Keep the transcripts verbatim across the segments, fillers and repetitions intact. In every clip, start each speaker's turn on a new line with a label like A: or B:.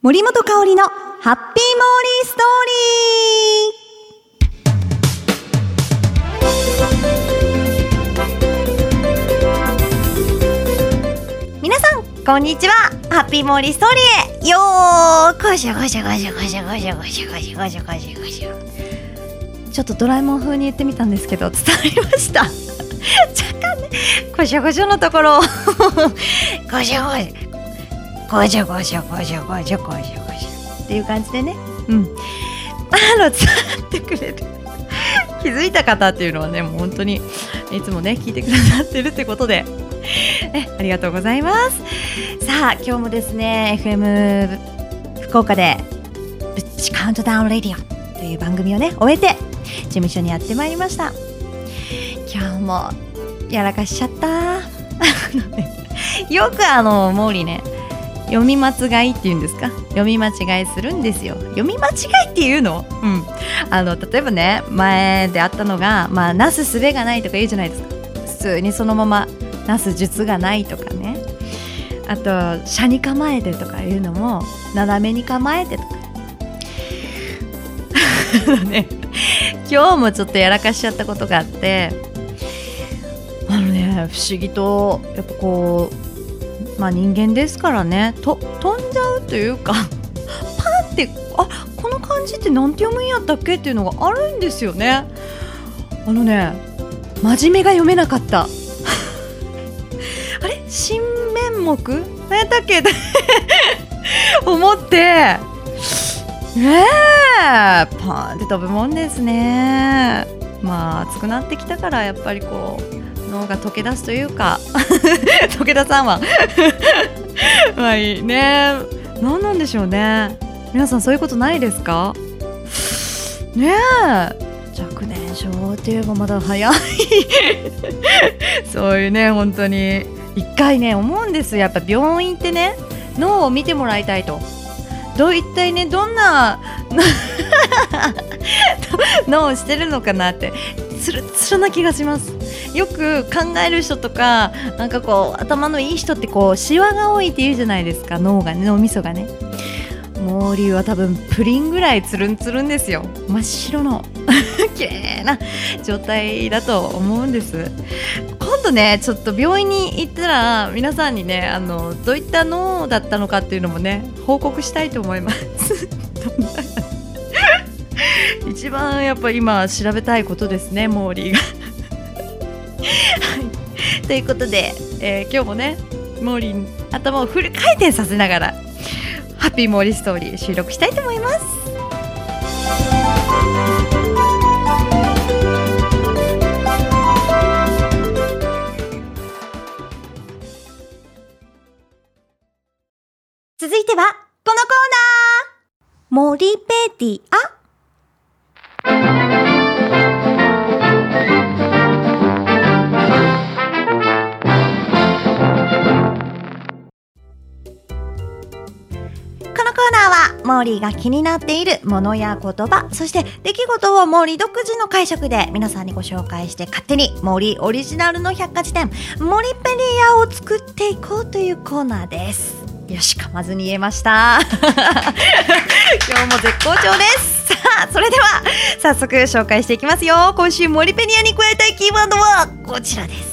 A: 森本香里のハッピーモーリーストーリー。皆さんこんにちは。ハッピーモーリーストーリーへよーこしょこしょこしょこしょこしょこしょこしょこしょこしょこしょ。ちょっとドラえもん風に言ってみたんですけど伝わりました。若干ねこしょこしょのところをこしょこしょこしょこしょこしょこしょこしょこしょっていう感じでね、うん、あの伝わってくれる気づいた方っていうのはね、もう本当にいつもね聞いてくださってるってことでえありがとうございます。さあ今日もですね エフエム 福岡でブッチカウントダウンレディオという番組をね終えて事務所にやってまいりました。今日もやらかしちゃったよくあのモーリーね読み間違いっていうんですか、読み間違いするんですよ。読み間違いっていうの、うん、あの例えばね前であったのが、まあ、なすすべがないとか言うじゃないですか。普通にそのままなす術がないとかね、あと斜に構えてとかいうのも斜めに構えてとかね、今日もちょっとやらかしちゃったことがあって、あのね不思議とやっぱこうまあ、人間ですからねと飛んじゃうというかパンってあこの漢字ってなんて読むんやったっけっていうのがあるんですよね。あのね真面目が読めなかったあれ新面目何やったっけって思ってねえパンって飛ぶもんですね。まあ暑くなってきたからやっぱりこう脳が溶け出すというか溶け出さんわまあいいね。何なんでしょうね。皆さんそういうことないですかねえ。若年症って言えばまだ早いそういうね本当に一回ね思うんです。やっぱ病院ってね脳を見てもらいたいと、どう一体ねどんな脳をしてるのかなってつるつるな気がします。よく考える人とかなんかこう頭のいい人ってこうシワが多いって言うじゃないですか。脳がね脳みそがね。モーリーは多分プリンぐらいつるんつるんですよ。真っ白の綺麗な状態だと思うんです。今度ねちょっと病院に行ったら皆さんにねあのどういった脳だったのかっていうのもね報告したいと思います一番やっぱ今調べたいことですねモーリーがはい、ということで、えー、今日もねモーリーに頭をフル回転させながらハッピーモーリーストーリー収録したいと思います。続いてはこのコーナーモリペディア。このコーナーはモーリーが気になっているものや言葉、そして出来事をモーリー独自の解釈で皆さんにご紹介して勝手にモーリーオリジナルの百科事典モリペディアを作っていこうというコーナーです。よし噛まずに言えました今日も絶好調です。さあそれでは早速紹介していきますよ。今週モリペディアに加えたいキーワードはこちらです。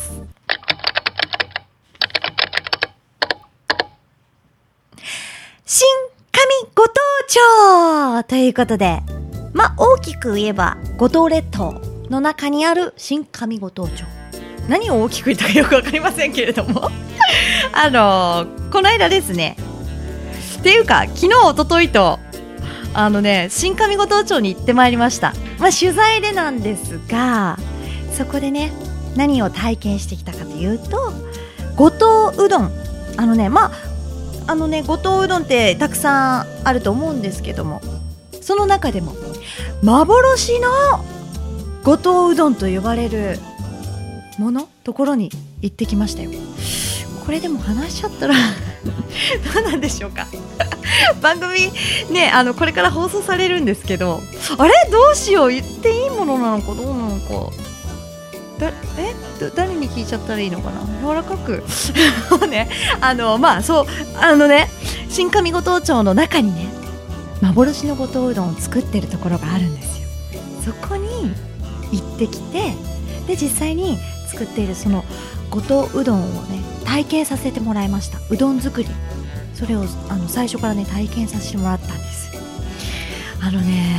A: 新上五島町ということで、まあ大きく言えば五島列島の中にある新上五島町。何を大きく言ったかよくわかりませんけれどもあのー、この間ですねっていうか昨日一昨日とあのね新上五島町に行ってまいりました。まあ取材でなんですが、そこでね何を体験してきたかというと五島うどん。あのねまああのね五島うどんってたくさんあると思うんですけども、その中でも幻の五島うどんと呼ばれるものところに行ってきましたよ。これでも話しちゃったらどうなんでしょうか番組ねあのこれから放送されるんですけど、あれどうしよう言っていいものなのかどうなのかだえ誰に聞いちゃったらいいのかな。柔らかくねあのまあそうあのね新上五島町の中にね幻の五島うどんを作ってるところがあるんですよ。そこに行ってきて、で実際に作っているその五島うどんをね体験させてもらいました。うどん作り、それをあの最初からね体験させてもらったんです。あのね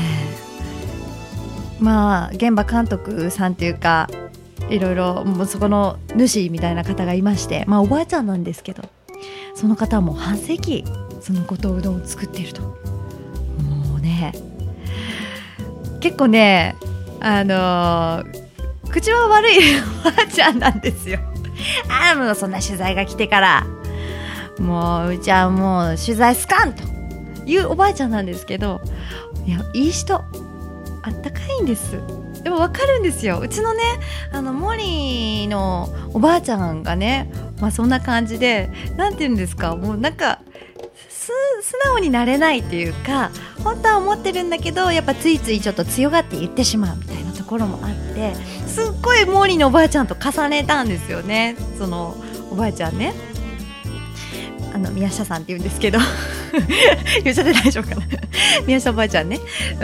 A: まあ現場監督さんというかいろいろもうそこの主みたいな方がいまして、まあおばあちゃんなんですけど、その方はもう半世紀その五島うどんを作っていると。もうね結構ねあのー、口は悪いおばあちゃんなんですよ。ああもうそんな取材が来てからもううちはもう取材すかんというおばあちゃんなんですけど、いやいい人、あったかいんです。でも分かるんですよ。うちのねあの森のおばあちゃんがね、まあそんな感じで、なんて言うんですか、もうなんか素直になれないっていうか、本当は思ってるんだけどやっぱついついちょっと強がって言ってしまうみたいなところもあって、すっごい森のおばあちゃんと重ねたんですよね。そのおばあちゃんね、あの宮下さんって言うんですけど言っちゃって大丈夫かな宮下おばあちゃんね、うん、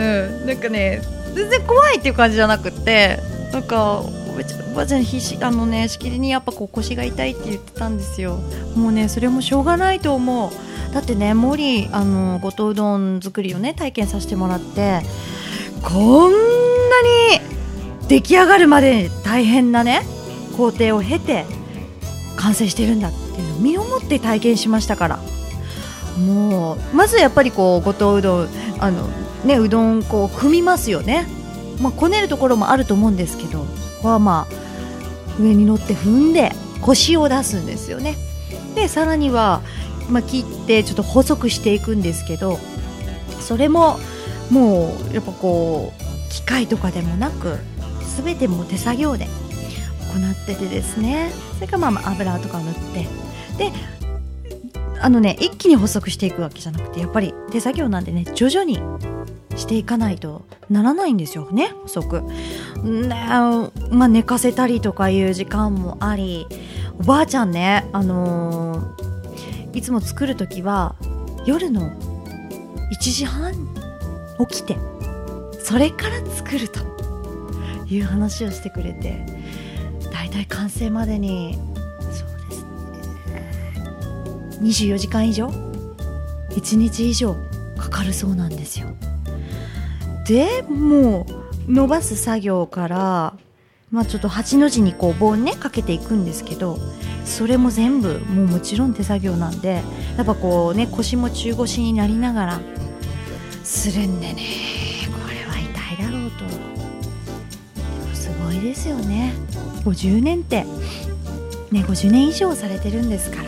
A: なんかね全然怖いっていう感じじゃなくて、なんかおばあちゃん必死あのねしきりにやっぱこう腰が痛いって言ってたんですよ。もうねそれもしょうがないと思う。だってね森あのごとうどん作りをね体験させてもらって、こんなに出来上がるまで大変なね工程を経て完成してるんだっていうのを身をもって体験しましたから、もうまずやっぱりこうごとうどんあのねうどんこう踏みますよね。まあこねるところもあると思うんですけど、はまあ上に乗って踏んで腰を出すんですよね。でさらにはまあ切ってちょっと細くしていくんですけど、それももうやっぱこう機械とかでもなく全てもう手作業で行っててですね、それからまあ油とか塗って、であのね一気に細くしていくわけじゃなくて、やっぱり手作業なんでね徐々にしていかないとならないんですよね、細くね。まあ寝かせたりとかいう時間もあり、おばあちゃんねあのー、いつも作るときは夜のいちじはん起きてそれから作るという話をしてくれて、だいたい完成までにそうですねにじゅうよじかん以上いちにち以上かかるそうなんですよ。でもう伸ばす作業から、まあ、ちょっとはちの字にこう棒にねかけていくんですけど、それも全部もうもちろん手作業なんで、やっぱこうね腰も中腰になりながらするんでね、これは痛いだろうと。でもすごいですよね。ごじゅうねんってねごじゅうねん以上されてるんですから、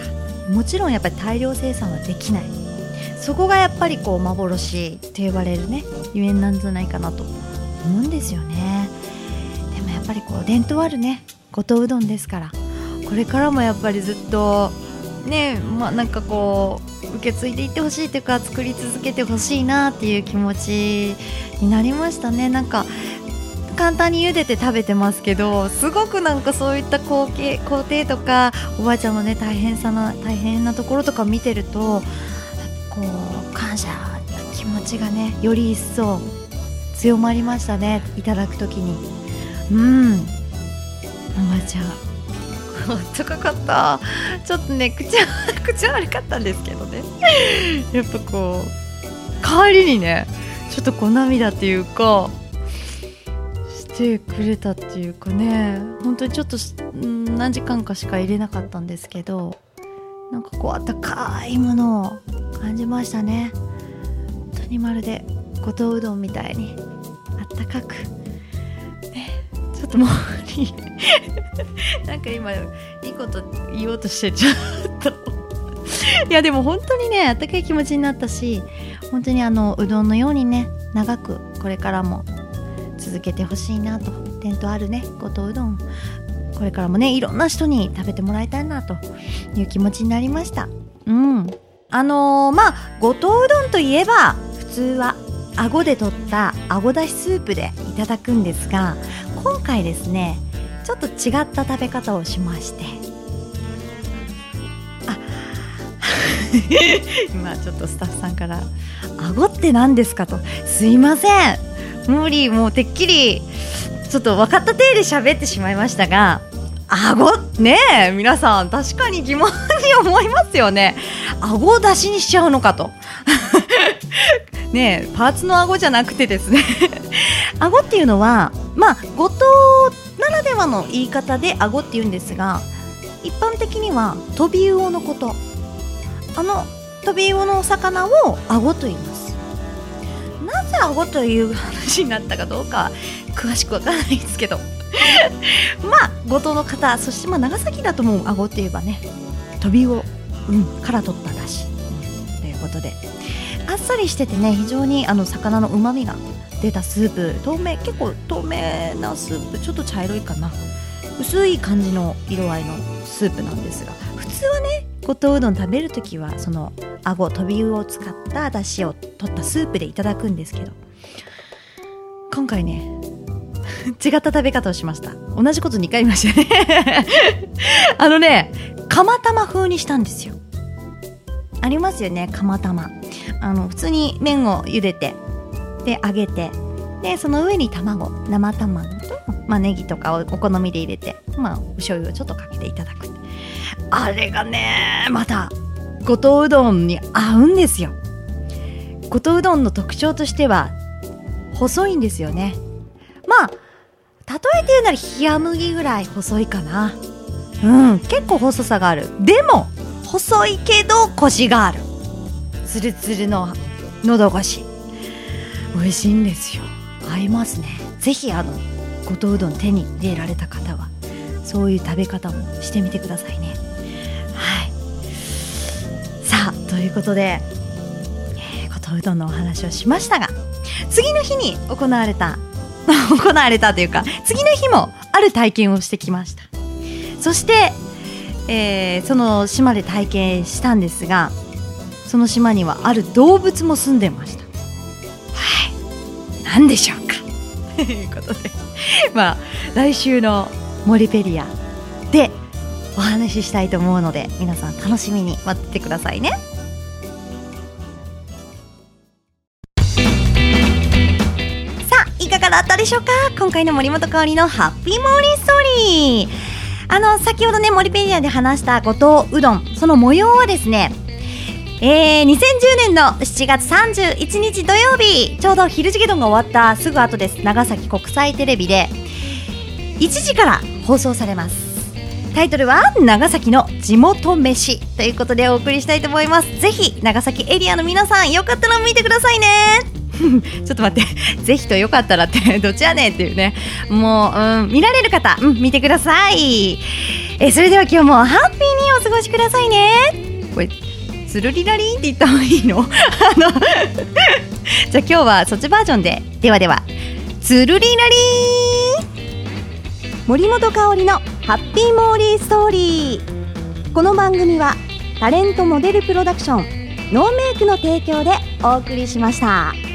A: もちろんやっぱり大量生産はできない。そこがやっぱりこう幻と言われるねゆえんなんじゃないかなと思うんですよね。でもやっぱりこう伝統あるねごとうどんですから、これからもやっぱりずっとね、まあ、なんかこう受け継いでいってほしいというか作り続けてほしいなっていう気持ちになりましたね。なんか簡単に茹でて食べてますけど、すごくなんかそういった工程、工程とかおばあちゃんのね大変さな大変なところとか見てると、こう感謝の気持ちがねより一層強まりましたね、いただくときに。うんおばあちゃん高かった。ちょっとね口は口は悪かったんですけどねやっぱこう帰りにねちょっとこう涙っていうかしてくれたっていうかね、本当にちょっとん何時間かしか入れなかったんですけど、なんかこう温かいものを感じましたね。本当にまるで五島うどんみたいにあったかく、ね、ちょっともうなんか今いいこと言おうとしてちょっといやでも本当にねあったかい気持ちになったし、本当にあのうどんのようにね長くこれからも続けてほしいなと。伝統あるね五島うどんこれからもねいろんな人に食べてもらいたいなという気持ちになりました。うんあのー、まあ五島うどんといえば普通は顎で取った顎だしスープでいただくんですが、今回ですねちょっと違った食べ方をしまして、あ今ちょっとスタッフさんから顎って何ですかと、すいません、無理、もうてっきりちょっと分かった体で喋ってしまいましたが、顎ねえ、皆さん確かに疑問に思いますよね。顎を出しにしちゃうのかとねえ、パーツの顎じゃなくてですね顎っていうのは、まあ五島ならではの言い方で顎って言うんですが、一般的にはトビウオのこと、あのトビウオのお魚を顎と言います。なぜ顎という話になったかどうか詳しくわからないんですけどまあ五島の方、そしてまあ長崎だともう顎って言えばね、トビウオ、うん、から取っただし、うん、ということで、あっさりしててね、非常にあの魚の旨味が出たスープ、透明、結構透明なスープ、ちょっと茶色いかな、薄い感じの色合いのスープなんですが、普通はね、五島うどん食べるときはその顎、トビウオを使っただしを取ったスープでいただくんですけど、今回ね違った食べ方をしました。同じことにかい言いましたねあのね、釜玉風にしたんですよ。ありますよね、釜玉。あの普通に麺を茹でて、で揚げて、でその上に卵、生卵と、まあ、ネギとかをお好みで入れて、まあ、お醤油をちょっとかけていただく。あれがね、また五島うどんに合うんですよ。五島うどんの特徴としては細いんですよね。まあ例えて言うなら冷麦ぐらい細いかな。うん、結構細さがある。でも細いけどコシがある、ツルツルの喉越し、美味しいんですよ。合いますね。ぜひあの五島うどん手に入れられた方はそういう食べ方もしてみてくださいね。はい。さあということで、えー、五島うどんのお話をしましたが、次の日に行われた行われたというか次の日もある体験をしてきました。そして、えー、その島で体験したんですが、その島にはある動物も住んでました。はい、何でしょうかということで、まあ来週のモリペリアでお話ししたいと思うので、皆さん楽しみに待っててくださいね。いかがだったでしょうか。今回の森本香里のハッピーモーリーストーリー、あの先ほどねモリペディアで話した五島うどん、その模様はですね、えー、にせんじゅうねんのしちがつさんじゅういちにち土曜日、ちょうど昼時げどんが終わったすぐ後です。長崎国際テレビでいちじから放送されます。タイトルは長崎の地元飯ということでお送りしたいと思います。ぜひ長崎エリアの皆さんよかったら見てくださいねちょっと待って、ぜひとよかったらってどっちやねんっていうね、もう、うん、見られる方、うん、見てください。えそれでは今日もハッピーにお過ごしくださいね。これつるりらりんって言った方がいいのあのじゃあ今日はそっちバージョンで、ではではつるりらりーん、森本香里のハッピーモーリーストーリー。この番組はタレントモデルプロダクションノーメイクの提供でお送りしました。